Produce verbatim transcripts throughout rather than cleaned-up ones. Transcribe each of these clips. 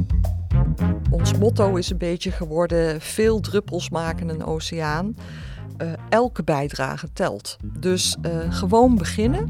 Ons motto is een beetje geworden: veel druppels maken een oceaan. Uh, elke bijdrage telt. Dus uh, gewoon beginnen.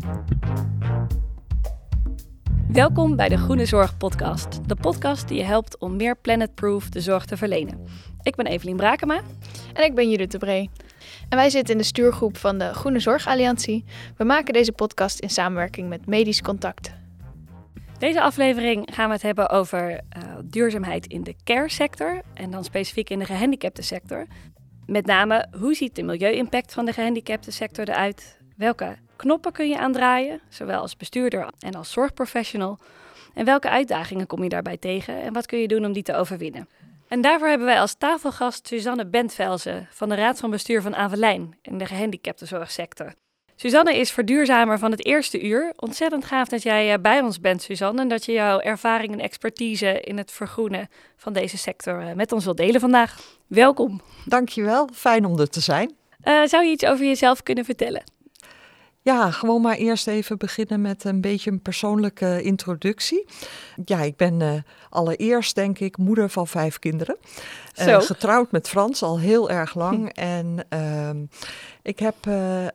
Welkom bij de Groene Zorg podcast. De podcast die je helpt om meer planetproof de zorg te verlenen. Ik ben Evelien Brakema. En ik ben Judith de Bree. En wij zitten in de stuurgroep van de Groene Zorg Alliantie. We maken deze podcast in samenwerking met Medisch Contact. Deze aflevering gaan we het hebben over uh, duurzaamheid in de care sector en dan specifiek in de gehandicapten sector. Met name, hoe ziet de milieu-impact van de gehandicapten sector eruit? Welke knoppen kun je aandraaien, zowel als bestuurder en als zorgprofessional? En welke uitdagingen kom je daarbij tegen en wat kun je doen om die te overwinnen? En daarvoor hebben wij als tafelgast Suzanne Bentvelzen van de Raad van Bestuur van Avelijn in de gehandicaptenzorgsector. Suzanne is verduurzamer van het eerste uur. Ontzettend gaaf dat jij bij ons bent, Suzanne, en dat je jouw ervaring en expertise in het vergroenen van deze sector met ons wilt delen vandaag. Welkom. Dankjewel, fijn om er te zijn. Uh, zou je iets over jezelf kunnen vertellen? Ja, gewoon maar eerst even beginnen met een beetje een persoonlijke introductie. Ja, ik ben uh, allereerst denk ik moeder van vijf kinderen. Uh, getrouwd met Frans al heel erg lang. Hm. En uh, ik heb uh, uh,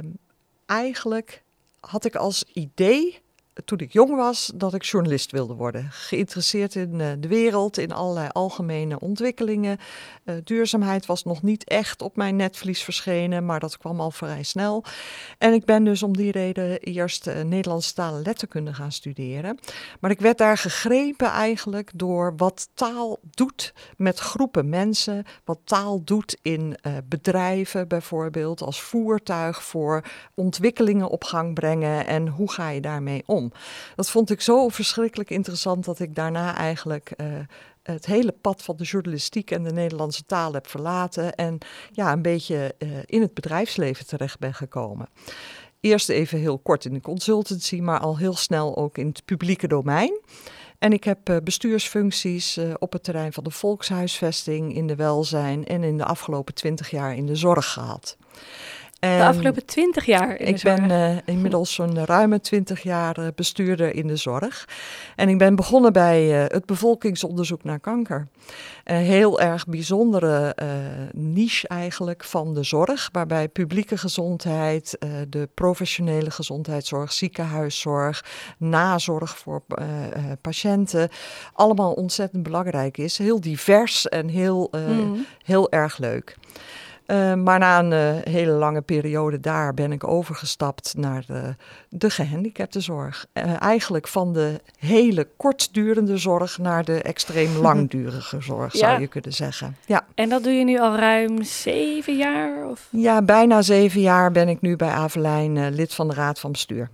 eigenlijk, had ik als idee toen ik jong was, dat ik journalist wilde worden. Geïnteresseerd in uh, de wereld, in allerlei algemene ontwikkelingen. Uh, duurzaamheid was nog niet echt op mijn netvlies verschenen, maar dat kwam al vrij snel. En ik ben dus om die reden eerst uh, Nederlandse taal en letterkunde gaan studeren. Maar ik werd daar gegrepen eigenlijk door wat taal doet met groepen mensen. Wat taal doet in uh, bedrijven bijvoorbeeld, als voertuig voor ontwikkelingen op gang brengen. En hoe ga je daarmee om? Dat vond ik zo verschrikkelijk interessant dat ik daarna eigenlijk uh, het hele pad van de journalistiek en de Nederlandse taal heb verlaten en ja, een beetje uh, in het bedrijfsleven terecht ben gekomen. Eerst even heel kort in de consultancy, maar al heel snel ook in het publieke domein. En ik heb uh, bestuursfuncties uh, op het terrein van de volkshuisvesting, in de welzijn en in de afgelopen twintig jaar in de zorg gehad. De afgelopen twintig jaar in de ik zorg? Ik ben uh, inmiddels zo'n ruime twintig jaar uh, bestuurder in de zorg. En ik ben begonnen bij uh, het bevolkingsonderzoek naar kanker. Een heel erg bijzondere uh, niche eigenlijk van de zorg, waarbij publieke gezondheid, uh, de professionele gezondheidszorg, ziekenhuiszorg, nazorg voor uh, uh, patiënten, allemaal ontzettend belangrijk is. Heel divers en heel, uh, mm. heel erg leuk. Uh, maar na een uh, hele lange periode daar ben ik overgestapt naar de, de gehandicaptenzorg. Uh, eigenlijk van de hele kortdurende zorg naar de extreem langdurige zorg, ja. zou je kunnen zeggen. Ja. En dat doe je nu al ruim zeven jaar? Of? Ja, bijna zeven jaar ben ik nu bij Avelijn uh, lid van de Raad van Bestuur.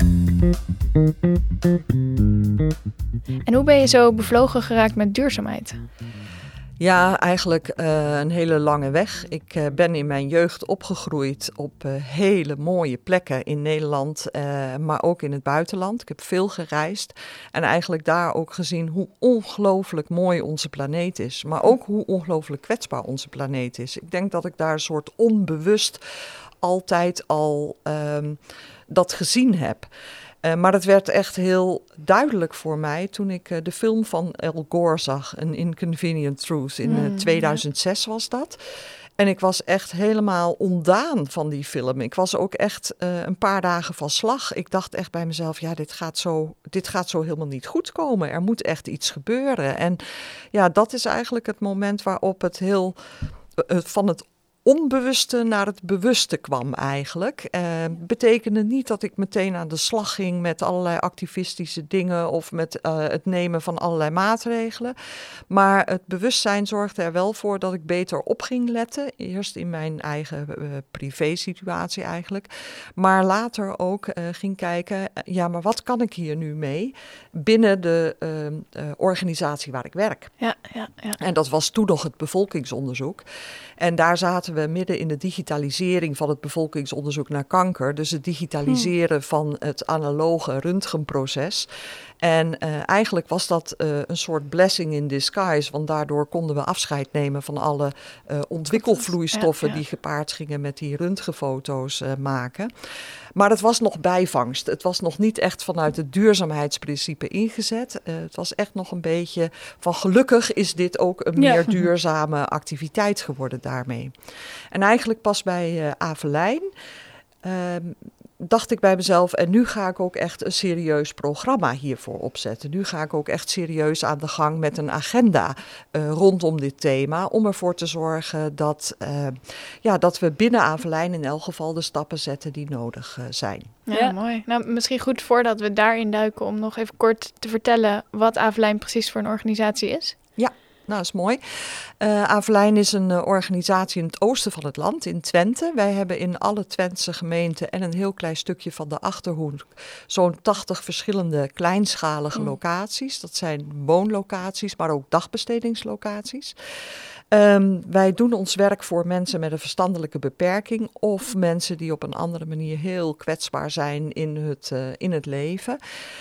En hoe ben je zo bevlogen geraakt met duurzaamheid? Ja, eigenlijk uh, een hele lange weg. Ik uh, ben in mijn jeugd opgegroeid op uh, hele mooie plekken in Nederland, uh, maar ook in het buitenland. Ik heb veel gereisd en eigenlijk daar ook gezien hoe ongelooflijk mooi onze planeet is. Maar ook hoe ongelooflijk kwetsbaar onze planeet is. Ik denk dat ik daar een soort onbewust altijd al um, dat gezien heb. Uh, maar het werd echt heel duidelijk voor mij toen ik uh, de film van Al Gore zag, An Inconvenient Truth. In uh, tweeduizend zes was dat. En ik was echt helemaal ontdaan van die film. Ik was ook echt uh, een paar dagen van slag. Ik dacht echt bij mezelf, ja, dit gaat zo, dit gaat zo helemaal niet goed komen. Er moet echt iets gebeuren. En ja, dat is eigenlijk het moment waarop het heel uh, van het onbewuste naar het bewuste kwam eigenlijk. Uh, betekende niet dat ik meteen aan de slag ging met allerlei activistische dingen of met uh, het nemen van allerlei maatregelen. Maar het bewustzijn zorgde er wel voor dat ik beter op ging letten. Eerst in mijn eigen uh, privé-situatie eigenlijk. Maar later ook uh, ging kijken, uh, ja, maar wat kan ik hier nu mee binnen de uh, uh, organisatie waar ik werk? Ja, ja, ja. En dat was toen nog het bevolkingsonderzoek. En daar zaten we midden in de digitalisering van het bevolkingsonderzoek naar kanker. Dus het digitaliseren hmm. van het analoge röntgenproces. En uh, eigenlijk was dat uh, een soort blessing in disguise, want daardoor konden we afscheid nemen van alle uh, ontwikkelvloeistoffen ja, ja. die gepaard gingen met die röntgenfoto's uh, maken. Maar het was nog bijvangst. Het was nog niet echt vanuit het duurzaamheidsprincipe ingezet. Uh, het was echt nog een beetje van gelukkig is dit ook een ja. meer duurzame activiteit geworden daarmee. En eigenlijk pas bij uh, Avelijn uh, dacht ik bij mezelf, en nu ga ik ook echt een serieus programma hiervoor opzetten. Nu ga ik ook echt serieus aan de gang met een agenda uh, rondom dit thema, om ervoor te zorgen dat, uh, ja, dat we binnen Avelijn in elk geval de stappen zetten die nodig uh, zijn. Ja, ja, mooi. Nou, misschien goed voordat we daarin duiken om nog even kort te vertellen wat Avelijn precies voor een organisatie is. Ja. Nou, dat is mooi. Uh, Avelijn is een uh, organisatie in het oosten van het land, in Twente. Wij hebben in alle Twentse gemeenten en een heel klein stukje van de Achterhoek zo'n tachtig verschillende kleinschalige mm. locaties. Dat zijn woonlocaties, maar ook dagbestedingslocaties. Um, wij doen ons werk voor mensen met een verstandelijke beperking of mensen die op een andere manier heel kwetsbaar zijn in het, uh, in het leven.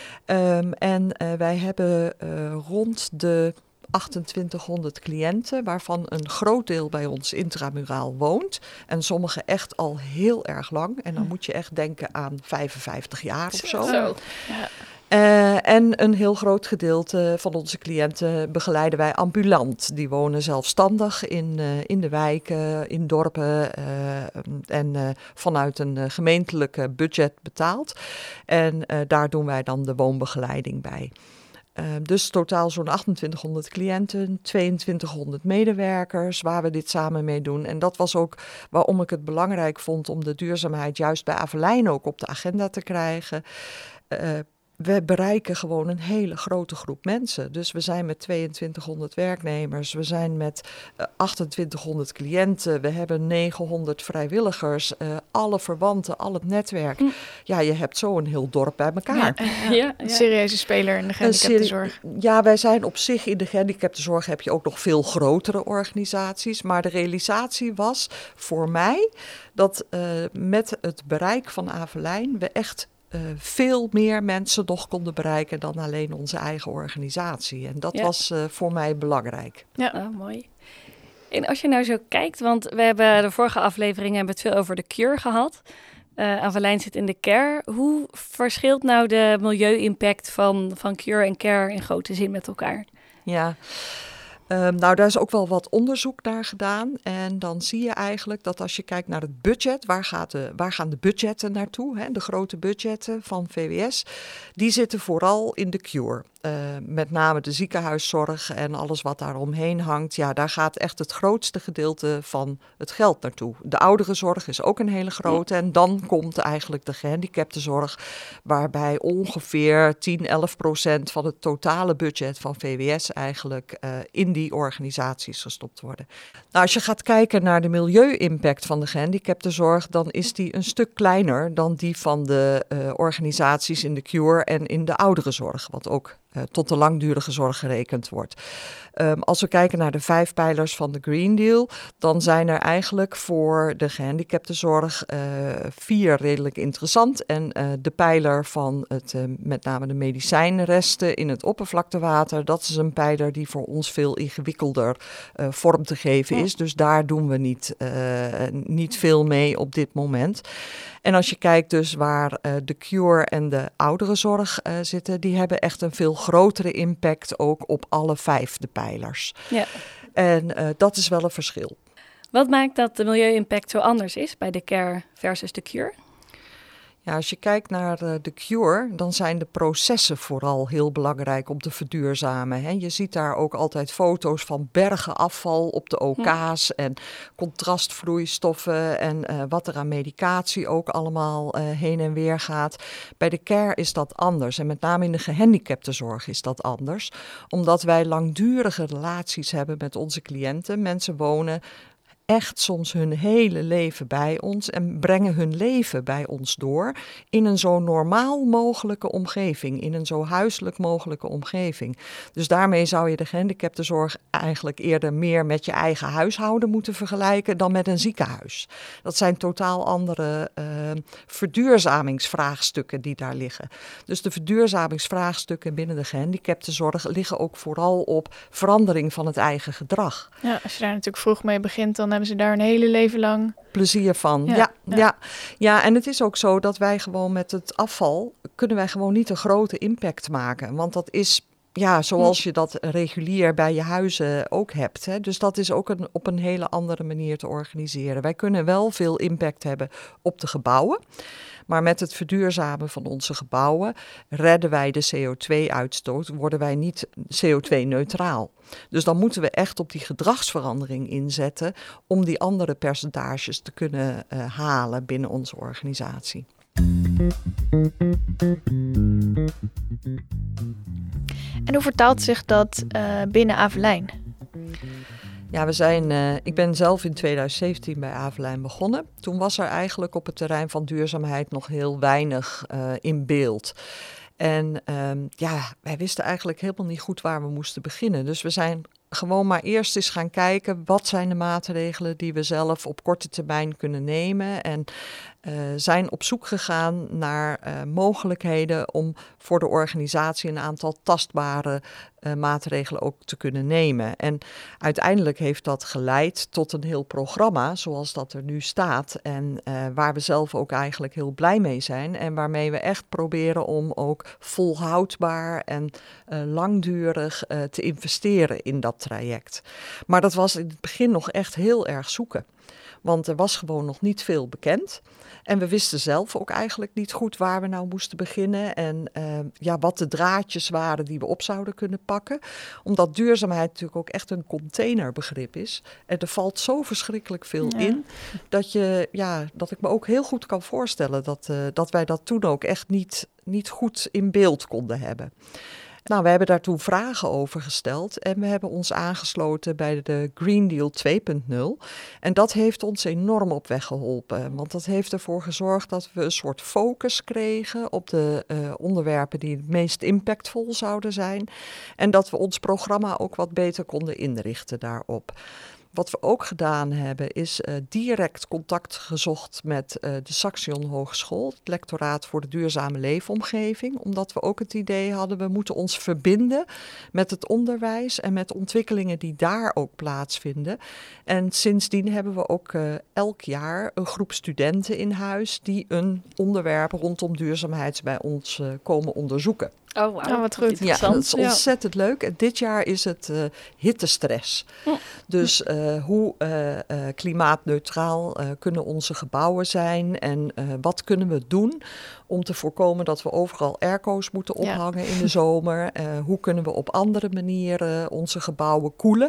Um, en uh, wij hebben uh, rond de achtentwintighonderd cliënten, waarvan een groot deel bij ons intramuraal woont. En sommige echt al heel erg lang. En dan moet je echt denken aan vijfenvijftig jaar of zo. zo. Ja. Uh, en een heel groot gedeelte van onze cliënten begeleiden wij ambulant. Die wonen zelfstandig in, uh, in de wijken, in dorpen uh, en uh, vanuit een uh, gemeentelijke budget betaald. En uh, daar doen wij dan de woonbegeleiding bij. Uh, dus totaal zo'n achtentwintighonderd cliënten, tweeëntwintighonderd medewerkers waar we dit samen mee doen. En dat was ook waarom ik het belangrijk vond om de duurzaamheid juist bij Avelijn ook op de agenda te krijgen. Uh, we bereiken gewoon een hele grote groep mensen. Dus we zijn met tweeëntwintighonderd werknemers, we zijn met uh, achtentwintighonderd cliënten, we hebben negenhonderd vrijwilligers, uh, alle verwanten, al het netwerk. Mm. Ja, je hebt zo een heel dorp bij elkaar. Ja, ja, ja. Een serieuze speler in de gehandicaptenzorg. Ja, wij zijn op zich in de gehandicaptenzorg heb je ook nog veel grotere organisaties. Maar de realisatie was voor mij dat uh, met het bereik van Avelijn we echt Uh, veel meer mensen nog konden bereiken dan alleen onze eigen organisatie. En dat ja. was uh, voor mij belangrijk. Ja, oh, mooi. En als je nou zo kijkt, want we hebben de vorige aflevering hebben het veel over de cure gehad. Uh, Avelijn zit in de care. Hoe verschilt nou de milieu-impact van, van cure en care in grote zin met elkaar? Ja, Um, nou, daar is ook wel wat onderzoek naar gedaan. En dan zie je eigenlijk dat als je kijkt naar het budget, waar, gaat de, waar gaan de budgetten naartoe? Hè? De grote budgetten van V W S, die zitten vooral in de cure. Uh, met name de ziekenhuiszorg en alles wat daar omheen hangt. Ja, daar gaat echt het grootste gedeelte van het geld naartoe. De ouderenzorg is ook een hele grote. En dan komt eigenlijk de gehandicaptenzorg, waarbij ongeveer tien, elf procent van het totale budget van V W S eigenlijk uh, in die organisaties gestopt worden. Nou, als je gaat kijken naar de milieu-impact van de gehandicaptenzorg, dan is die een stuk kleiner dan die van de uh, organisaties in de cure en in de ouderenzorg, wat ook Uh, tot de langdurige zorg gerekend wordt. Um, als we kijken naar de vijf pijlers van de Green Deal, dan zijn er eigenlijk voor de gehandicaptenzorg uh, vier redelijk interessant. En uh, de pijler van het, uh, met name de medicijnresten in het oppervlaktewater, dat is een pijler die voor ons veel ingewikkelder uh, vorm te geven is. Dus daar doen we niet, uh, niet veel mee op dit moment. En als je kijkt dus waar uh, de cure en de ouderenzorg uh, zitten, die hebben echt een veel grotere impact ook op alle vijf de pijlers. Ja. En uh, dat is wel een verschil. Wat maakt dat de milieu-impact zo anders is bij de care versus de cure? Ja, als je kijkt naar uh, de cure, dan zijn de processen vooral heel belangrijk om te verduurzamen. Hè. Je ziet daar ook altijd foto's van bergen afval op de O K's hm. en contrastvloeistoffen en uh, wat er aan medicatie ook allemaal uh, heen en weer gaat. Bij de care is dat anders en met name in de gehandicaptenzorg is dat anders. Omdat wij langdurige relaties hebben met onze cliënten. Mensen wonen echt soms hun hele leven bij ons en brengen hun leven bij ons door in een zo normaal mogelijke omgeving, in een zo huiselijk mogelijke omgeving. Dus daarmee zou je de gehandicaptenzorg eigenlijk eerder meer met je eigen huishouden moeten vergelijken dan met een ziekenhuis. Dat zijn totaal andere uh, verduurzamingsvraagstukken die daar liggen. Dus de verduurzamingsvraagstukken binnen de gehandicaptenzorg liggen ook vooral op verandering van het eigen gedrag. Ja, als je daar natuurlijk vroeg mee begint, dan hebben ze daar een hele leven lang plezier van. Ja, ja, ja. ja. ja. ja en het is ook zo dat wij gewoon met het afval kunnen wij gewoon niet een grote impact maken. Want dat is ja, zoals je dat regulier bij je huizen ook hebt. Hè. Dus dat is ook een, op een hele andere manier te organiseren. Wij kunnen wel veel impact hebben op de gebouwen. Maar met het verduurzamen van onze gebouwen redden wij de C O twee uitstoot, worden wij niet C O twee neutraal. Dus dan moeten we echt op die gedragsverandering inzetten om die andere percentages te kunnen uh, halen binnen onze organisatie. En hoe vertaalt zich dat uh, binnen Avelijn? Ja, we zijn, uh, ik ben zelf in twintig zeventien bij Avelijn begonnen. Toen was er eigenlijk op het terrein van duurzaamheid nog heel weinig uh, in beeld. En um, ja, wij wisten eigenlijk helemaal niet goed waar we moesten beginnen. Dus we zijn gewoon maar eerst eens gaan kijken, wat zijn de maatregelen die we zelf op korte termijn kunnen nemen. En uh, zijn op zoek gegaan naar uh, mogelijkheden om voor de organisatie een aantal tastbare uh, maatregelen ook te kunnen nemen. En uiteindelijk heeft dat geleid tot een heel programma zoals dat er nu staat. En uh, waar we zelf ook eigenlijk heel blij mee zijn. En waarmee we echt proberen om ook volhoudbaar en uh, langdurig uh, te investeren in dat traject. Maar dat was in het begin nog echt heel erg zoeken. Want er was gewoon nog niet veel bekend. En we wisten zelf ook eigenlijk niet goed waar we nou moesten beginnen. En uh, ja, wat de draadjes waren die we op zouden kunnen pakken. Omdat duurzaamheid natuurlijk ook echt een containerbegrip is. En er valt zo verschrikkelijk veel ja. in. Dat, je, ja, dat ik me ook heel goed kan voorstellen dat, uh, dat wij dat toen ook echt niet, niet goed in beeld konden hebben. Nou, we hebben daar toen vragen over gesteld en we hebben ons aangesloten bij de Green Deal twee punt nul. En dat heeft ons enorm op weg geholpen, want dat heeft ervoor gezorgd dat we een soort focus kregen op de uh, onderwerpen die het meest impactvol zouden zijn. En dat we ons programma ook wat beter konden inrichten daarop. Wat we ook gedaan hebben is uh, direct contact gezocht met uh, de Saxion Hogeschool, het lectoraat voor de duurzame leefomgeving. Omdat we ook het idee hadden, we moeten ons verbinden met het onderwijs en met ontwikkelingen die daar ook plaatsvinden. En sindsdien hebben we ook uh, elk jaar een groep studenten in huis die een onderwerp rondom duurzaamheid bij ons uh, komen onderzoeken. Oh, wow. Oh, wat goed. Ja, dat is ontzettend ja. leuk. En dit jaar is het uh, hittestress. Hm. Dus uh, hoe uh, uh, klimaatneutraal uh, kunnen onze gebouwen zijn en uh, wat kunnen we doen om te voorkomen dat we overal airco's moeten ophangen ja. in de zomer. Uh, hoe kunnen we op andere manieren onze gebouwen koelen?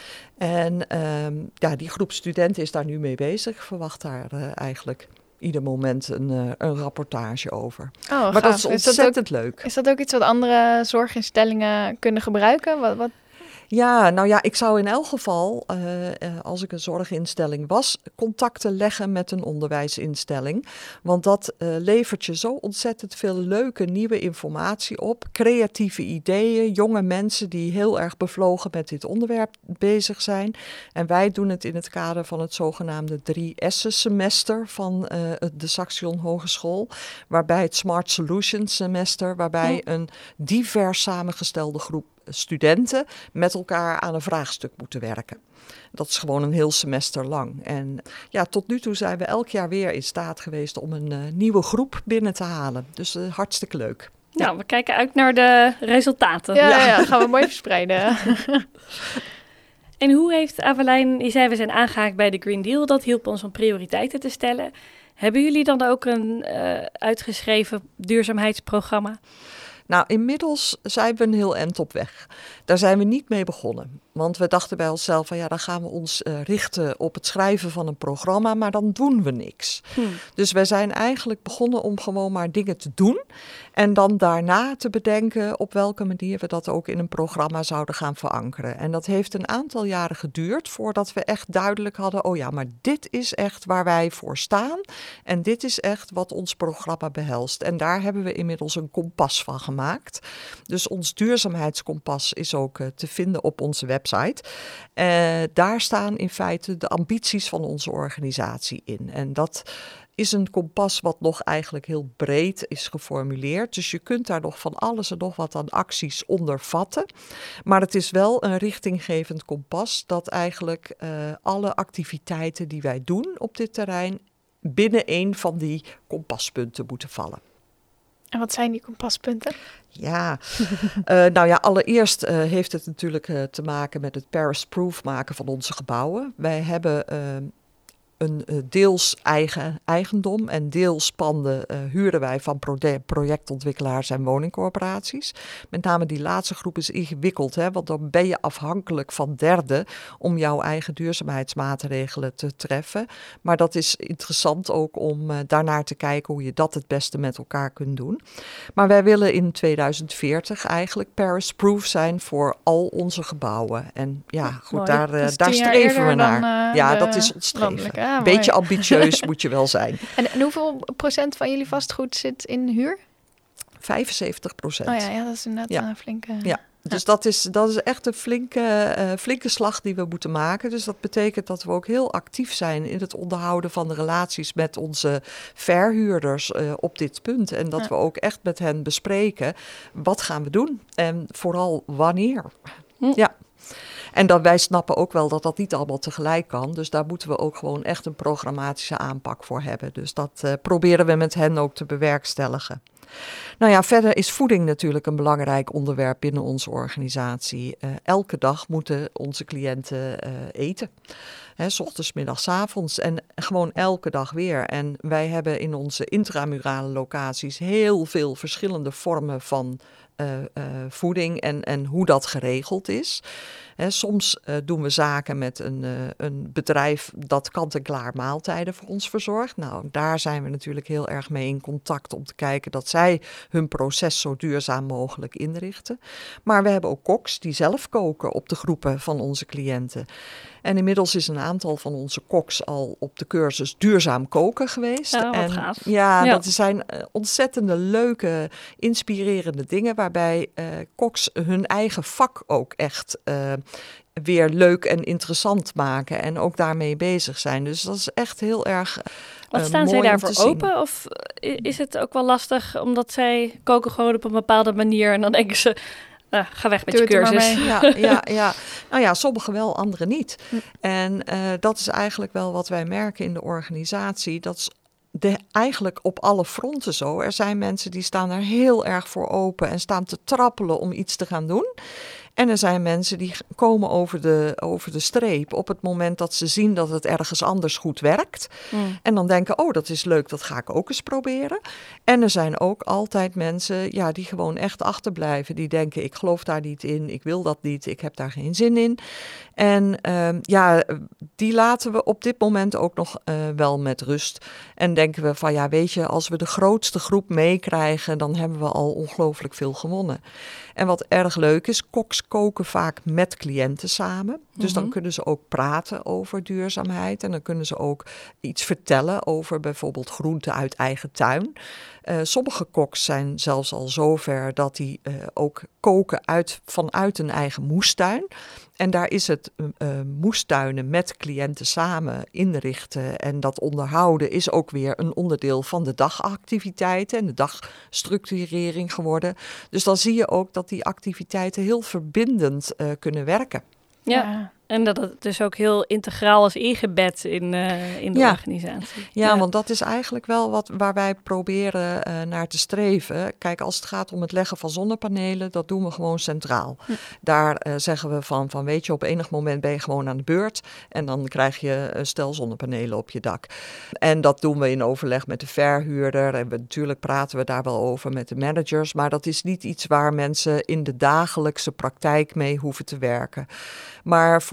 En um, ja, die groep studenten is daar nu mee bezig. Ik verwacht daar uh, eigenlijk ieder moment een, uh, een rapportage over. Oh, maar gaaf. dat is ontzettend is dat ook, leuk. Is dat ook iets wat andere zorginstellingen kunnen gebruiken? Wat, wat? Ja, nou ja, ik zou in elk geval, uh, uh, als ik een zorginstelling was, contacten leggen met een onderwijsinstelling. Want dat uh, levert je zo ontzettend veel leuke nieuwe informatie op. Creatieve ideeën, jonge mensen die heel erg bevlogen met dit onderwerp bezig zijn. En wij doen het in het kader van het zogenaamde drie S'en semester van uh, de Saxion Hogeschool. Waarbij het Smart Solutions semester, waarbij ja. een divers samengestelde groep studenten met elkaar aan een vraagstuk moeten werken. Dat is gewoon een heel semester lang. En ja, tot nu toe zijn we elk jaar weer in staat geweest om een uh, nieuwe groep binnen te halen. Dus uh, hartstikke leuk. Nou, ja. we kijken uit naar de resultaten. Ja, ja. ja gaan we mooi verspreiden. En hoe heeft Avelijn, je zei we zijn aangehaakt bij de Green Deal, dat hielp ons om prioriteiten te stellen. Hebben jullie dan ook een uh, uitgeschreven duurzaamheidsprogramma? Nou, inmiddels zijn we een heel eind op weg. Daar zijn we niet mee begonnen. Want we dachten bij onszelf van ja, dan gaan we ons uh, richten op het schrijven van een programma, maar dan doen we niks. Hmm. Dus wij zijn eigenlijk begonnen om gewoon maar dingen te doen. En dan daarna te bedenken op welke manier we dat ook in een programma zouden gaan verankeren. En dat heeft een aantal jaren geduurd voordat we echt duidelijk hadden, oh ja, maar dit is echt waar wij voor staan. En dit is echt wat ons programma behelst. En daar hebben we inmiddels een kompas van gemaakt. Dus ons duurzaamheidskompas is ook uh, te vinden op onze website. Uh, daar staan in feite de ambities van onze organisatie in. En dat is een kompas wat nog eigenlijk heel breed is geformuleerd. Dus je kunt daar nog van alles en nog wat aan acties onder vatten. Maar het is wel een richtinggevend kompas dat eigenlijk uh, alle activiteiten die wij doen op dit terrein binnen een van die kompaspunten moeten vallen. En wat zijn die kompaspunten? Ja, uh, nou ja, allereerst uh, heeft het natuurlijk uh, te maken met het Paris-proof maken van onze gebouwen. Wij hebben Uh, een uh, deels eigen eigendom en deels panden uh, huren wij van pro- projectontwikkelaars en woningcorporaties. Met name die laatste groep is ingewikkeld, hè, want dan ben je afhankelijk van derden om jouw eigen duurzaamheidsmaatregelen te treffen. Maar dat is interessant ook om uh, daarnaar te kijken hoe je dat het beste met elkaar kunt doen. Maar wij willen in tweeduizend veertig eigenlijk Paris-proof zijn voor al onze gebouwen. En ja, goed, Mooi. daar, uh, Dus daar streven we naar. Dan, uh, ja, dat is ons streven. Ja, beetje ambitieus moet je wel zijn. En, en hoeveel procent van jullie vastgoed zit in huur? vijfenzeventig procent. Oh ja, ja, dat is inderdaad ja. een flinke... Ja, dus dat is, dat is echt een flinke, uh, flinke slag die we moeten maken. Dus dat betekent dat we ook heel actief zijn in het onderhouden van de relaties met onze verhuurders uh, op dit punt. En dat ja. we ook echt met hen bespreken, wat gaan we doen? En vooral wanneer? Hm. Ja. En dat wij snappen ook wel dat dat niet allemaal tegelijk kan. Dus daar moeten we ook gewoon echt een programmatische aanpak voor hebben. Dus dat uh, proberen we met hen ook te bewerkstelligen. Nou ja, verder is voeding natuurlijk een belangrijk onderwerp binnen onze organisatie. Uh, elke dag moeten onze cliënten uh, eten. Hè, 's ochtends, middags, 's avonds en gewoon elke dag weer. En wij hebben in onze intramurale locaties heel veel verschillende vormen van uh, uh, voeding en, en hoe dat geregeld is. He, soms uh, doen we zaken met een, uh, een bedrijf dat kant-en-klaar maaltijden voor ons verzorgt. Nou, daar zijn we natuurlijk heel erg mee in contact om te kijken dat zij hun proces zo duurzaam mogelijk inrichten. Maar we hebben ook koks die zelf koken op de groepen van onze cliënten. En inmiddels is een aantal van onze koks al op de cursus duurzaam koken geweest. Oh, wat en gaaf. Ja, ja, dat zijn uh, ontzettende leuke, inspirerende dingen waarbij uh, koks hun eigen vak ook echt uh, weer leuk en interessant maken en ook daarmee bezig zijn. Dus dat is echt heel erg uh, Wat staan mooi zij daarvoor open? zien. Of is het ook wel lastig omdat zij koken gewoon op een bepaalde manier en dan denken ze, Uh, ga weg met Doe je cursus. Ja, ja, ja. Nou ja, sommigen wel, anderen niet. Hm. En uh, dat is eigenlijk wel wat wij merken in de organisatie. Dat is de, eigenlijk op alle fronten zo. Er zijn mensen die staan er heel erg voor open en staan te trappelen om iets te gaan doen. En er zijn mensen die komen over de, over de streep op het moment dat ze zien dat het ergens anders goed werkt. Mm. En dan denken, oh, dat is leuk, dat ga ik ook eens proberen. En er zijn ook altijd mensen ja, die gewoon echt achterblijven. Die denken, ik geloof daar niet in, ik wil dat niet, ik heb daar geen zin in. En uh, ja, die laten we op dit moment ook nog uh, wel met rust. En denken we van, ja, weet je, als we de grootste groep meekrijgen, dan hebben we al ongelooflijk veel gewonnen. En wat erg leuk is, koks koken vaak met cliënten samen. Dus mm-hmm. dan kunnen ze ook praten over duurzaamheid. En dan kunnen ze ook iets vertellen over bijvoorbeeld groenten uit eigen tuin. Uh, sommige koks zijn zelfs al zover dat die uh, ook koken uit, vanuit een eigen moestuin. En daar is het uh, moestuinen met cliënten samen inrichten en dat onderhouden is ook weer een onderdeel van de dagactiviteiten en de dagstructurering geworden. Dus dan zie je ook dat die activiteiten heel verbindend uh, kunnen werken. Ja. ja. En dat het dus ook heel integraal is ingebed in, uh, in de ja. organisatie. Ja, ja, want dat is eigenlijk wel wat waar wij proberen uh, naar te streven. Kijk, als het gaat om het leggen van zonnepanelen, dat doen we gewoon centraal. Hm. Daar uh, zeggen we van, van, weet je, op enig moment ben je gewoon aan de beurt. En dan krijg je een stel zonnepanelen op je dak. En dat doen we in overleg met de verhuurder. En we, natuurlijk praten we daar wel over met de managers. Maar dat is niet iets waar mensen in de dagelijkse praktijk mee hoeven te werken. Maar voor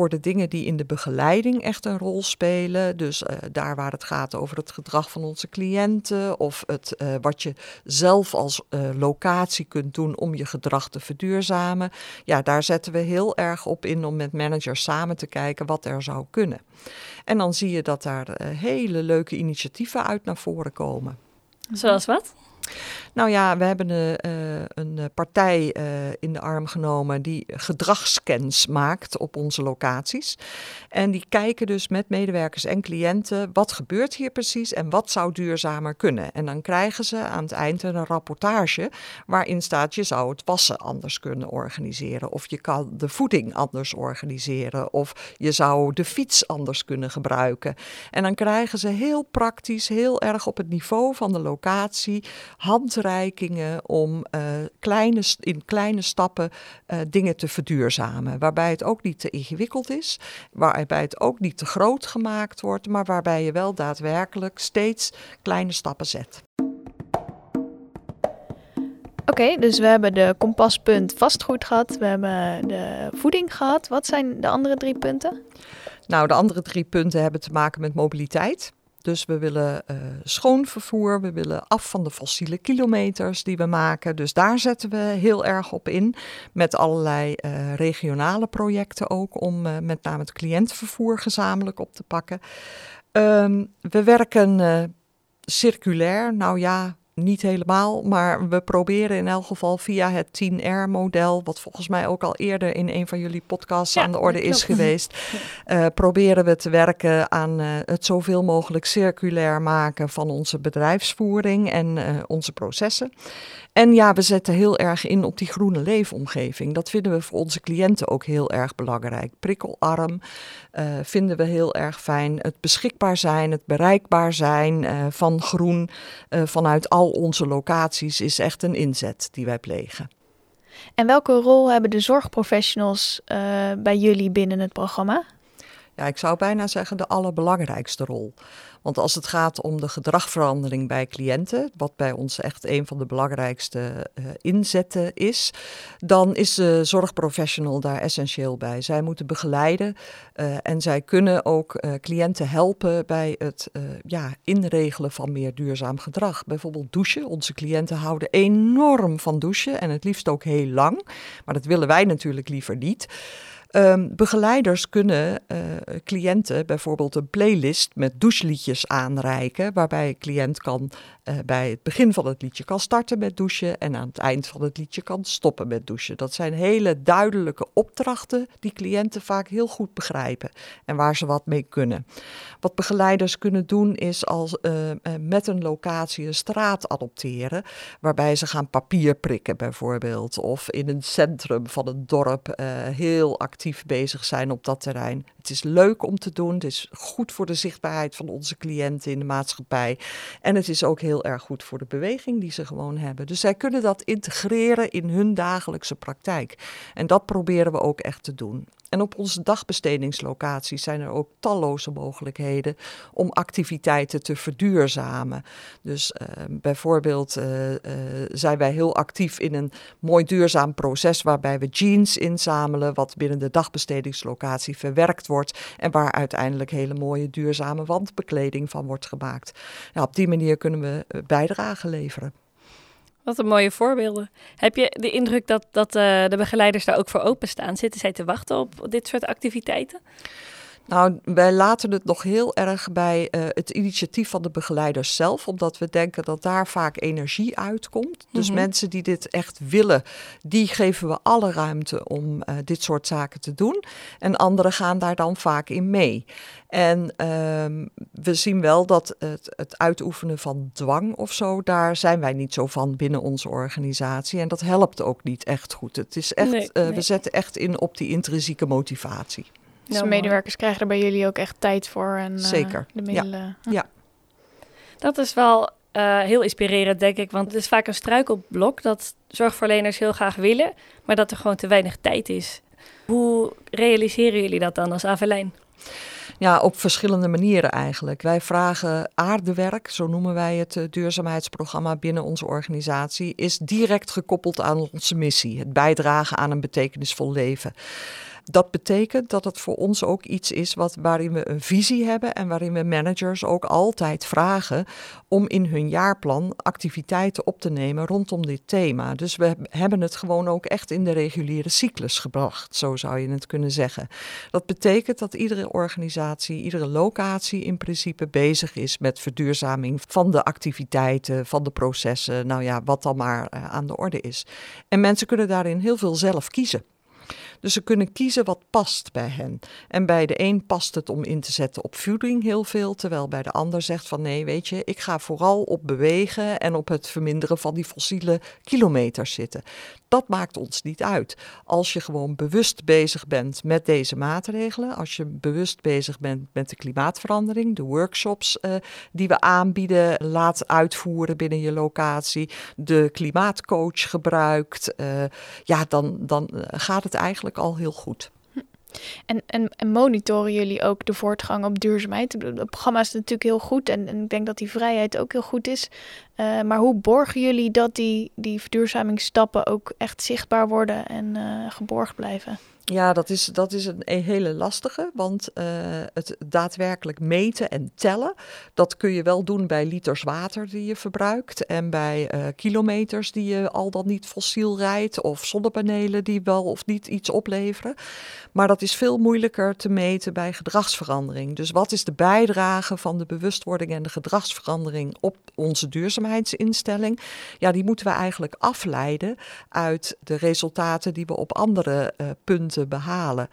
voor de dingen die in de begeleiding echt een rol spelen. Dus uh, daar waar het gaat over het gedrag van onze cliënten of het, uh, wat je zelf als uh, locatie kunt doen om je gedrag te verduurzamen. Ja, daar zetten we heel erg op in om met managers samen te kijken wat er zou kunnen. En dan zie je dat daar uh, hele leuke initiatieven uit naar voren komen. Zoals wat? Nou ja, we hebben uh, een partij uh, in de arm genomen die gedragsscans maakt op onze locaties. En die kijken dus met medewerkers en cliënten wat gebeurt hier precies en wat zou duurzamer kunnen. En dan krijgen ze aan het eind een rapportage waarin staat je zou het wassen anders kunnen organiseren. Of je kan de voeding anders organiseren. Of je zou de fiets anders kunnen gebruiken. En dan krijgen ze heel praktisch, heel erg op het niveau van de locatie handreikingen om uh, kleine, in kleine stappen uh, dingen te verduurzamen. Waarbij het ook niet te ingewikkeld is, waarbij het ook niet te groot gemaakt wordt, maar waarbij je wel daadwerkelijk steeds kleine stappen zet. Oké, okay, dus we hebben de Kompaspunt vastgoed gehad, we hebben de voeding gehad. Wat zijn de andere drie punten? Nou, de andere drie punten hebben te maken met mobiliteit. Dus we willen uh, schoon vervoer, we willen af van de fossiele kilometers die we maken. Dus daar zetten we heel erg op in. Met allerlei uh, regionale projecten ook om uh, met name het cliëntenvervoer gezamenlijk op te pakken. Um, we werken uh, circulair, nou ja, niet helemaal, maar we proberen in elk geval via het tien R model, wat volgens mij ook al eerder in een van jullie podcasts ja, aan de orde is geweest, uh, proberen we te werken aan uh, het zoveel mogelijk circulair maken van onze bedrijfsvoering en uh, onze processen. En ja, we zetten heel erg in op die groene leefomgeving. Dat vinden we voor onze cliënten ook heel erg belangrijk. Prikkelarm uh, vinden we heel erg fijn. Het beschikbaar zijn, het bereikbaar zijn uh, van groen uh, vanuit al onze locaties is echt een inzet die wij plegen. En welke rol hebben de zorgprofessionals uh, bij jullie binnen het programma? Ja, ik zou bijna zeggen de allerbelangrijkste rol. Want als het gaat om de gedragverandering bij cliënten, wat bij ons echt een van de belangrijkste uh, inzetten is, dan is de zorgprofessional daar essentieel bij. Zij moeten begeleiden uh, en zij kunnen ook uh, cliënten helpen bij het uh, ja, inregelen van meer duurzaam gedrag. Bijvoorbeeld douchen. Onze cliënten houden enorm van douchen en het liefst ook heel lang. Maar dat willen wij natuurlijk liever niet. Um, begeleiders kunnen uh, cliënten bijvoorbeeld een playlist met doucheliedjes aanreiken, waarbij een cliënt kan uh, bij het begin van het liedje kan starten met douchen en aan het eind van het liedje kan stoppen met douchen. Dat zijn hele duidelijke opdrachten die cliënten vaak heel goed begrijpen en waar ze wat mee kunnen. Wat begeleiders kunnen doen is als uh, uh, met een locatie een straat adopteren, waarbij ze gaan papier prikken bijvoorbeeld, of in een centrum van een dorp uh, heel actief bezig zijn op dat terrein. Het is leuk om te doen. Het is goed voor de zichtbaarheid van onze cliënten in de maatschappij. En het is ook heel erg goed voor de beweging die ze gewoon hebben. Dus zij kunnen dat integreren in hun dagelijkse praktijk. En dat proberen we ook echt te doen. En op onze dagbestedingslocaties zijn er ook talloze mogelijkheden om activiteiten te verduurzamen. Dus uh, bijvoorbeeld uh, uh, zijn wij heel actief in een mooi duurzaam proces waarbij we jeans inzamelen, wat binnen de dagbestedingslocatie verwerkt wordt en waar uiteindelijk hele mooie duurzame wandbekleding van wordt gemaakt. Nou, op die manier kunnen we bijdrage leveren. Wat een mooie voorbeelden. Heb je de indruk dat, dat uh, de begeleiders daar ook voor openstaan? Zitten zij te wachten op dit soort activiteiten? Nou, wij laten het nog heel erg bij uh, het initiatief van de begeleiders zelf, omdat we denken dat daar vaak energie uitkomt. Dus mm-hmm. mensen die dit echt willen, die geven we alle ruimte om uh, dit soort zaken te doen. En anderen gaan daar dan vaak in mee. En uh, we zien wel dat het, het uitoefenen van dwang of zo, daar zijn wij niet zo van binnen onze organisatie. En dat helpt ook niet echt goed. Het is echt, nee, uh, nee. We zetten echt in op die intrinsieke motivatie. Dus de medewerkers krijgen er bij jullie ook echt tijd voor en Zeker. Uh, de middelen. Ja. ja. Dat is wel uh, heel inspirerend, denk ik. Want het is vaak een struikelblok dat zorgverleners heel graag willen, maar dat er gewoon te weinig tijd is. Hoe realiseren jullie dat dan als Avelijn? Ja, op verschillende manieren eigenlijk. Wij vragen aardewerk, zo noemen wij het uh, duurzaamheidsprogramma binnen onze organisatie, is direct gekoppeld aan onze missie, het bijdragen aan een betekenisvol leven. Dat betekent dat het voor ons ook iets is wat, waarin we een visie hebben en waarin we managers ook altijd vragen om in hun jaarplan activiteiten op te nemen rondom dit thema. Dus we hebben het gewoon ook echt in de reguliere cyclus gebracht, zo zou je het kunnen zeggen. Dat betekent dat iedere organisatie, iedere locatie in principe bezig is met verduurzaming van de activiteiten, van de processen, nou ja, wat dan maar uh, aan de orde is. En mensen kunnen daarin heel veel zelf kiezen. Dus ze kunnen kiezen wat past bij hen. En bij de een past het om in te zetten op voeding heel veel, terwijl bij de ander zegt van nee, weet je, ik ga vooral op bewegen en op het verminderen van die fossiele kilometers zitten. Dat maakt ons niet uit. Als je gewoon bewust bezig bent met deze maatregelen, als je bewust bezig bent met de klimaatverandering, de workshops uh, die we aanbieden, laat uitvoeren binnen je locatie, de klimaatcoach gebruikt, uh, ja, dan, dan gaat het eigenlijk al heel goed. En, en, en monitoren jullie ook de voortgang op duurzaamheid? Het programma is natuurlijk heel goed en, en ik denk dat die vrijheid ook heel goed is. Uh, maar hoe borgen jullie dat die, die verduurzamingsstappen ook echt zichtbaar worden en uh, geborgd blijven? Ja, dat is, dat is een, een hele lastige, want uh, het daadwerkelijk meten en tellen, dat kun je wel doen bij liters water die je verbruikt en bij uh, kilometers die je al dan niet fossiel rijdt of zonnepanelen die wel of niet iets opleveren. Maar dat is veel moeilijker te meten bij gedragsverandering. Dus wat is de bijdrage van de bewustwording en de gedragsverandering op onze duurzaamheidsinstelling? Ja, die moeten we eigenlijk afleiden uit de resultaten die we op andere uh, punten behalen.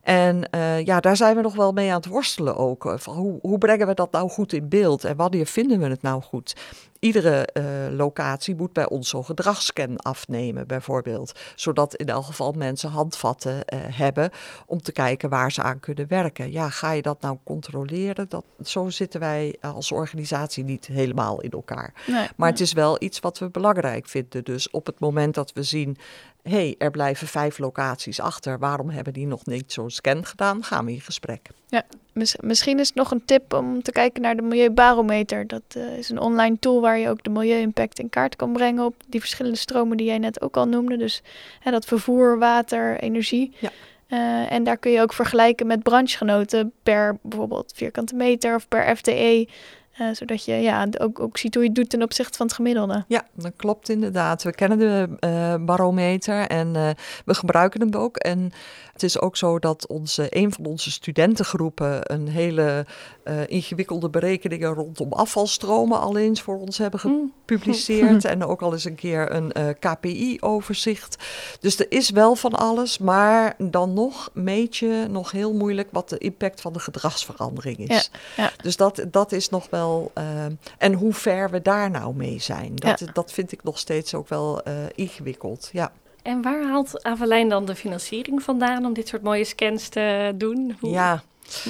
En uh, ja, daar zijn we nog wel mee aan het worstelen ook. Van hoe, hoe brengen we dat nou goed in beeld en wanneer vinden we het nou goed? Iedere uh, locatie moet bij ons zo'n gedragsscan afnemen bijvoorbeeld. Zodat in elk geval mensen handvatten uh, hebben om te kijken waar ze aan kunnen werken. Ja, ga je dat nou controleren? Dat, zo zitten wij als organisatie niet helemaal in elkaar. Nee, maar het is wel iets wat we belangrijk vinden. Dus op het moment dat we zien, hé, hey, er blijven vijf locaties achter. Waarom hebben die nog niet zo'n scan gedaan? Gaan we in gesprek. Ja, mis, misschien is het nog een tip om te kijken naar de Milieubarometer. Dat uh, is een online tool waar je ook de milieu-impact in kaart kan brengen op die verschillende stromen die jij net ook al noemde. Dus hè, dat vervoer, water, energie. Ja. Uh, en daar kun je ook vergelijken met branchegenoten per bijvoorbeeld vierkante meter of per F T E. Uh, zodat je ja, ook, ook ziet hoe je het doet ten opzichte van het gemiddelde. Ja, dat klopt inderdaad. We kennen de uh, barometer en uh, we gebruiken hem ook. En het is ook zo dat onze, een van onze studentengroepen een hele uh, ingewikkelde berekeningen rondom afvalstromen al eens voor ons hebben gepubliceerd. Mm. En ook al eens een keer een uh, K P I-overzicht. Dus er is wel van alles, maar dan nog meet je nog heel moeilijk wat de impact van de gedragsverandering is. Ja, ja. Dus dat, dat is nog wel Uh, en hoe ver we daar nou mee zijn. Dat, ja. dat vind ik nog steeds ook wel uh, ingewikkeld. Ja. En waar haalt Avelijn dan de financiering vandaan om dit soort mooie scans te doen? Hoe... Ja,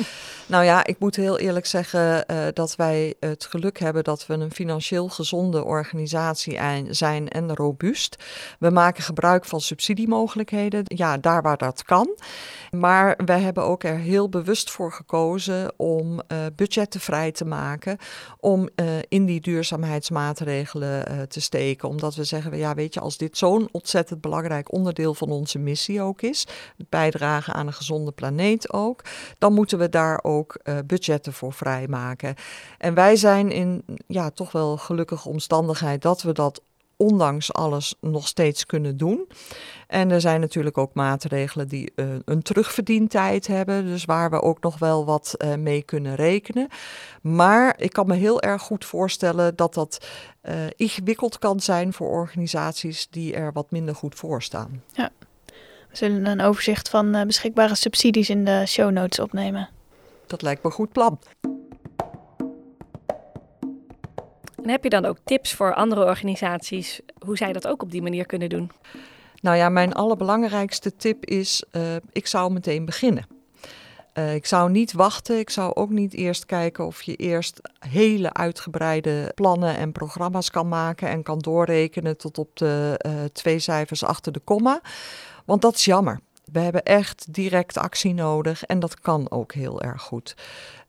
nou ja, ik moet heel eerlijk zeggen uh, dat wij het geluk hebben dat we een financieel gezonde organisatie zijn en robuust. We maken gebruik van subsidiemogelijkheden, ja, daar waar dat kan. Maar wij hebben ook er heel bewust voor gekozen om uh, budgetten vrij te maken, om uh, in die duurzaamheidsmaatregelen uh, te steken. Omdat we zeggen, ja, weet je, als dit zo'n ontzettend belangrijk onderdeel van onze missie ook is, het bijdragen aan een gezonde planeet ook, dan moeten we daar ook ook uh, budgetten voor vrijmaken. En wij zijn in ja, toch wel gelukkige omstandigheid dat we dat ondanks alles nog steeds kunnen doen. En er zijn natuurlijk ook maatregelen die uh, een terugverdientijd hebben, dus waar we ook nog wel wat uh, mee kunnen rekenen. Maar ik kan me heel erg goed voorstellen dat dat uh, ingewikkeld kan zijn voor organisaties die er wat minder goed voor staan. Ja. We zullen een overzicht van uh, beschikbare subsidies in de show notes opnemen. Dat lijkt me een goed plan. En heb je dan ook tips voor andere organisaties hoe zij dat ook op die manier kunnen doen? Nou ja, mijn allerbelangrijkste tip is, uh, ik zou meteen beginnen. Uh, ik zou niet wachten. Ik zou ook niet eerst kijken of je eerst hele uitgebreide plannen en programma's kan maken en kan doorrekenen tot op de uh, twee cijfers achter de komma. Want dat is jammer. We hebben echt direct actie nodig en dat kan ook heel erg goed.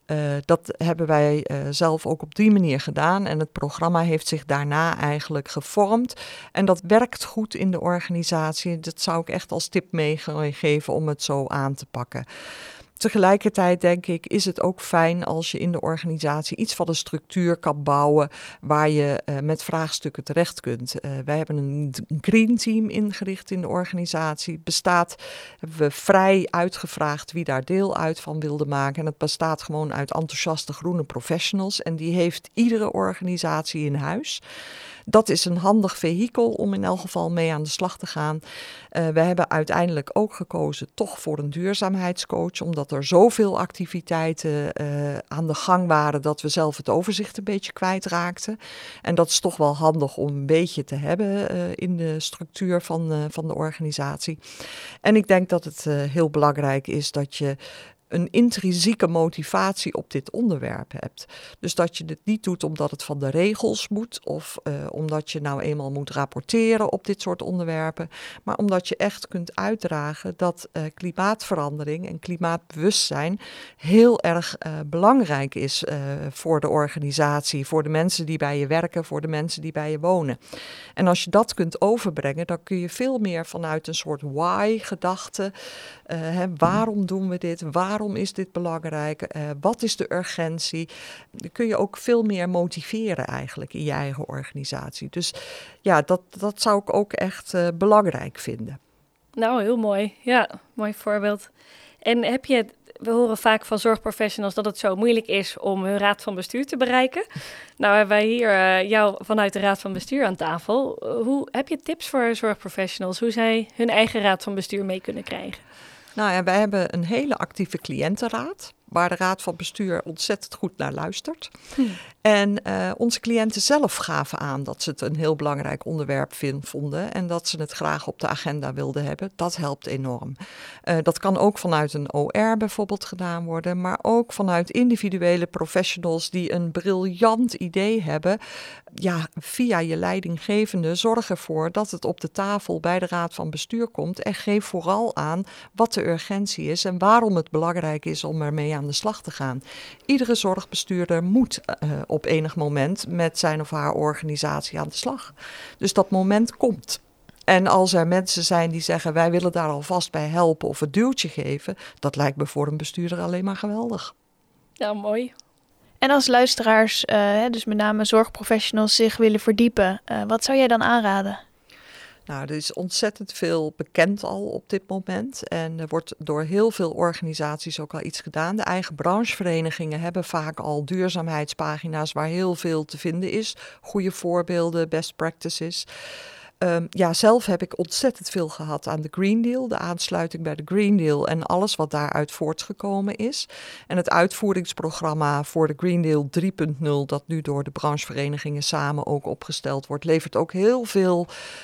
Uh, dat hebben wij uh, zelf ook op die manier gedaan. En het programma heeft zich daarna eigenlijk gevormd. En dat werkt goed in de organisatie. Dat zou ik echt als tip meegeven om het zo aan te pakken. Tegelijkertijd denk ik, is het ook fijn als je in de organisatie iets van een structuur kan bouwen waar je uh, met vraagstukken terecht kunt. Uh, wij hebben een green team ingericht in de organisatie. Het bestaat, hebben we vrij uitgevraagd wie daar deel uit van wilde maken. En het bestaat gewoon uit enthousiaste groene professionals. En die heeft iedere organisatie in huis. Dat is een handig vehikel om in elk geval mee aan de slag te gaan. Uh, we hebben uiteindelijk ook gekozen toch voor een duurzaamheidscoach, omdat er zoveel activiteiten uh, aan de gang waren dat we zelf het overzicht een beetje kwijtraakten. En dat is toch wel handig om een beetje te hebben uh, in de structuur van, uh, van de organisatie. En ik denk dat het uh, heel belangrijk is dat je een intrinsieke motivatie op dit onderwerp hebt. Dus dat je dit niet doet omdat het van de regels moet of uh, omdat je nou eenmaal moet rapporteren op dit soort onderwerpen, maar omdat je echt kunt uitdragen dat uh, klimaatverandering en klimaatbewustzijn heel erg uh, belangrijk is uh, voor de organisatie, voor de mensen die bij je werken, voor de mensen die bij je wonen. En als je dat kunt overbrengen, dan kun je veel meer vanuit een soort why-gedachte, uh, hè, waarom doen we dit, waarom Waarom is dit belangrijk? Uh, wat is de urgentie? Dan kun je ook veel meer motiveren eigenlijk in je eigen organisatie. Dus ja, dat, dat zou ik ook echt uh, belangrijk vinden. Nou, heel mooi. Ja, mooi voorbeeld. En heb je, we horen vaak van zorgprofessionals dat het zo moeilijk is om hun raad van bestuur te bereiken. Nou hebben wij hier uh, jou vanuit de raad van bestuur aan tafel. Uh, hoe, heb je tips voor zorgprofessionals hoe zij hun eigen raad van bestuur mee kunnen krijgen? Nou ja, wij hebben een hele actieve cliëntenraad, waar de raad van bestuur ontzettend goed naar luistert. Hm. En uh, onze cliënten zelf gaven aan dat ze het een heel belangrijk onderwerp vind, vonden en dat ze het graag op de agenda wilden hebben. Dat helpt enorm. Uh, dat kan ook vanuit een O R bijvoorbeeld gedaan worden, maar ook vanuit individuele professionals die een briljant idee hebben. Ja, via je leidinggevende zorg ervoor dat het op de tafel bij de raad van bestuur komt en geef vooral aan wat de urgentie is en waarom het belangrijk is om ermee aan de slag te gaan. Iedere zorgbestuurder moet uh, op enig moment met zijn of haar organisatie aan de slag. Dus dat moment komt. En als er mensen zijn die zeggen, wij willen daar alvast bij helpen of een duwtje geven, dat lijkt me voor een bestuurder alleen maar geweldig. Ja, mooi. En als luisteraars, uh, dus met name zorgprofessionals, zich willen verdiepen, uh, wat zou jij dan aanraden? Nou, er is ontzettend veel bekend al op dit moment en er wordt door heel veel organisaties ook al iets gedaan. De eigen brancheverenigingen hebben vaak al duurzaamheidspagina's waar heel veel te vinden is. Goede voorbeelden, best practices. Um, ja, zelf heb ik ontzettend veel gehad aan de Green Deal, de aansluiting bij de Green Deal en alles wat daaruit voortgekomen is. En het uitvoeringsprogramma voor de Green Deal drie punt nul, dat nu door de brancheverenigingen samen ook opgesteld wordt, levert ook heel veel,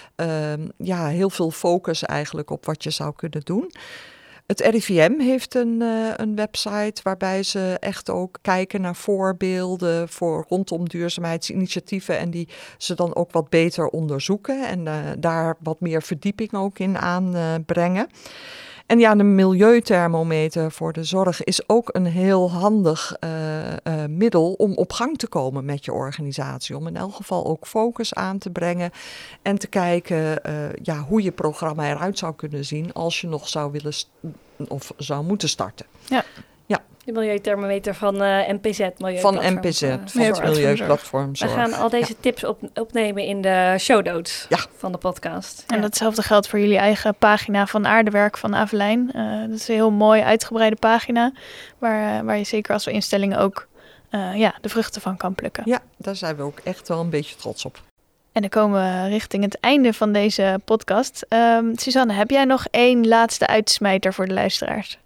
um, ja, heel veel focus eigenlijk op wat je zou kunnen doen. Het R I V M heeft een, uh, een website waarbij ze echt ook kijken naar voorbeelden voor rondom duurzaamheidsinitiatieven en die ze dan ook wat beter onderzoeken en uh, daar wat meer verdieping ook in aanbrengen. Uh, En ja, de milieuthermometer voor de zorg is ook een heel handig uh, uh, middel om op gang te komen met je organisatie. Om in elk geval ook focus aan te brengen en te kijken uh, ja, hoe je programma eruit zou kunnen zien als je nog zou willen st- of zou moeten starten. Ja. De milieuthermometer van uh, M P Z. Van M P Z, uh, van het Milieuplatform Zorg. We gaan al deze ja. tips op, opnemen in de show notes ja. van de podcast. En ja. datzelfde geldt voor jullie eigen pagina van Aardewerk van Avelijn. Uh, dat is een heel mooi uitgebreide pagina, waar, uh, waar je zeker als instellingen ook uh, ja, de vruchten van kan plukken. Ja, daar zijn we ook echt wel een beetje trots op. En dan komen we richting het einde van deze podcast. Um, Suzanne, heb jij nog één laatste uitsmijter voor de luisteraars?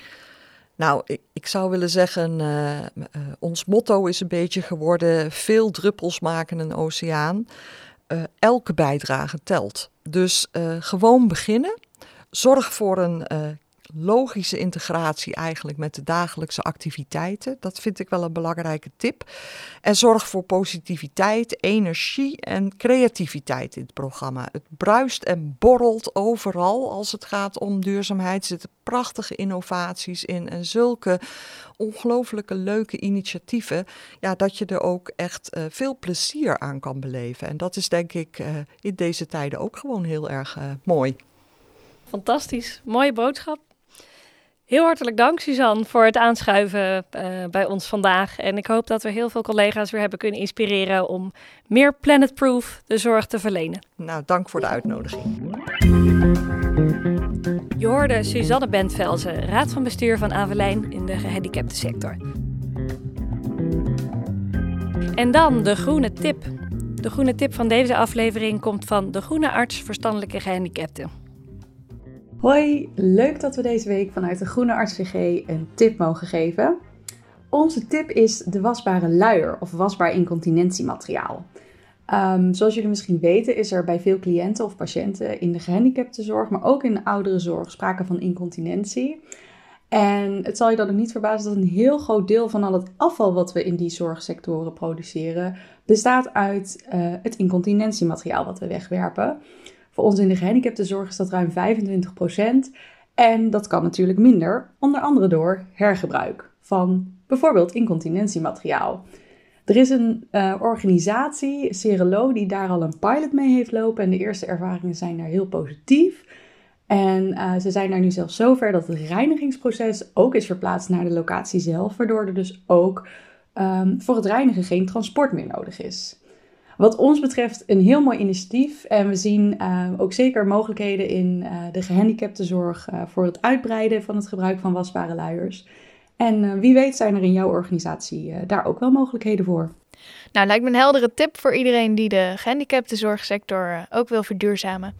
Nou, ik, ik zou willen zeggen, uh, uh, ons motto is een beetje geworden, veel druppels maken een oceaan. Uh, elke bijdrage telt. Dus uh, gewoon beginnen. Zorg voor een uh, logische integratie eigenlijk met de dagelijkse activiteiten. Dat vind ik wel een belangrijke tip. En zorg voor positiviteit, energie en creativiteit in het programma. Het bruist en borrelt overal als het gaat om duurzaamheid. Er zitten prachtige innovaties in en zulke ongelooflijke leuke initiatieven. Ja, dat je er ook echt uh, veel plezier aan kan beleven. En dat is denk ik uh, in deze tijden ook gewoon heel erg uh, mooi. Fantastisch, mooie boodschap. Heel hartelijk dank, Suzanne, voor het aanschuiven uh, bij ons vandaag. En ik hoop dat we heel veel collega's weer hebben kunnen inspireren om meer planetproof de zorg te verlenen. Nou, dank voor de uitnodiging. Je hoorde Suzanne Bentvelzen, raad van bestuur van Avelijn in de gehandicaptensector. En dan de groene tip. De groene tip van deze aflevering komt van de Groene Arts Verstandelijke Gehandicapten. Hoi, leuk dat we deze week vanuit de Groene Arts V G een tip mogen geven. Onze tip is de wasbare luier of wasbaar incontinentiemateriaal. Um, zoals jullie misschien weten is er bij veel cliënten of patiënten in de gehandicaptenzorg, maar ook in de ouderenzorg sprake van incontinentie. En het zal je dan ook niet verbazen dat een heel groot deel van al het afval wat we in die zorgsectoren produceren bestaat uit uh, het incontinentiemateriaal wat we wegwerpen. Voor ons in de gehandicaptenzorg is dat ruim vijfentwintig procent en dat kan natuurlijk minder, onder andere door hergebruik van bijvoorbeeld incontinentiemateriaal. Er is een uh, organisatie, Cerelo, die daar al een pilot mee heeft lopen en de eerste ervaringen zijn daar heel positief. En uh, ze zijn daar nu zelfs zover dat het reinigingsproces ook is verplaatst naar de locatie zelf, waardoor er dus ook um, voor het reinigen geen transport meer nodig is. Wat ons betreft een heel mooi initiatief en we zien uh, ook zeker mogelijkheden in uh, de gehandicaptenzorg uh, voor het uitbreiden van het gebruik van wasbare luiers. En uh, wie weet zijn er in jouw organisatie uh, daar ook wel mogelijkheden voor. Nou, lijkt me een heldere tip voor iedereen die de gehandicaptenzorgsector uh, ook wil verduurzamen.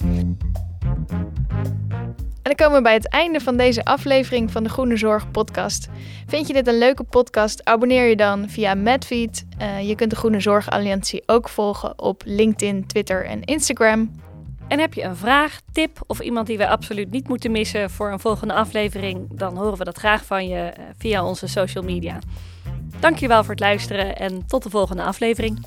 En dan komen we bij het einde van deze aflevering van de Groene Zorg podcast. Vind je dit een leuke podcast? Abonneer je dan via Madfeed. Uh, je kunt de Groene Zorg Alliantie ook volgen op LinkedIn, Twitter en Instagram. En heb je een vraag, tip of iemand die we absoluut niet moeten missen voor een volgende aflevering, dan horen we dat graag van je uh, via onze social media. Dankjewel voor het luisteren en tot de volgende aflevering.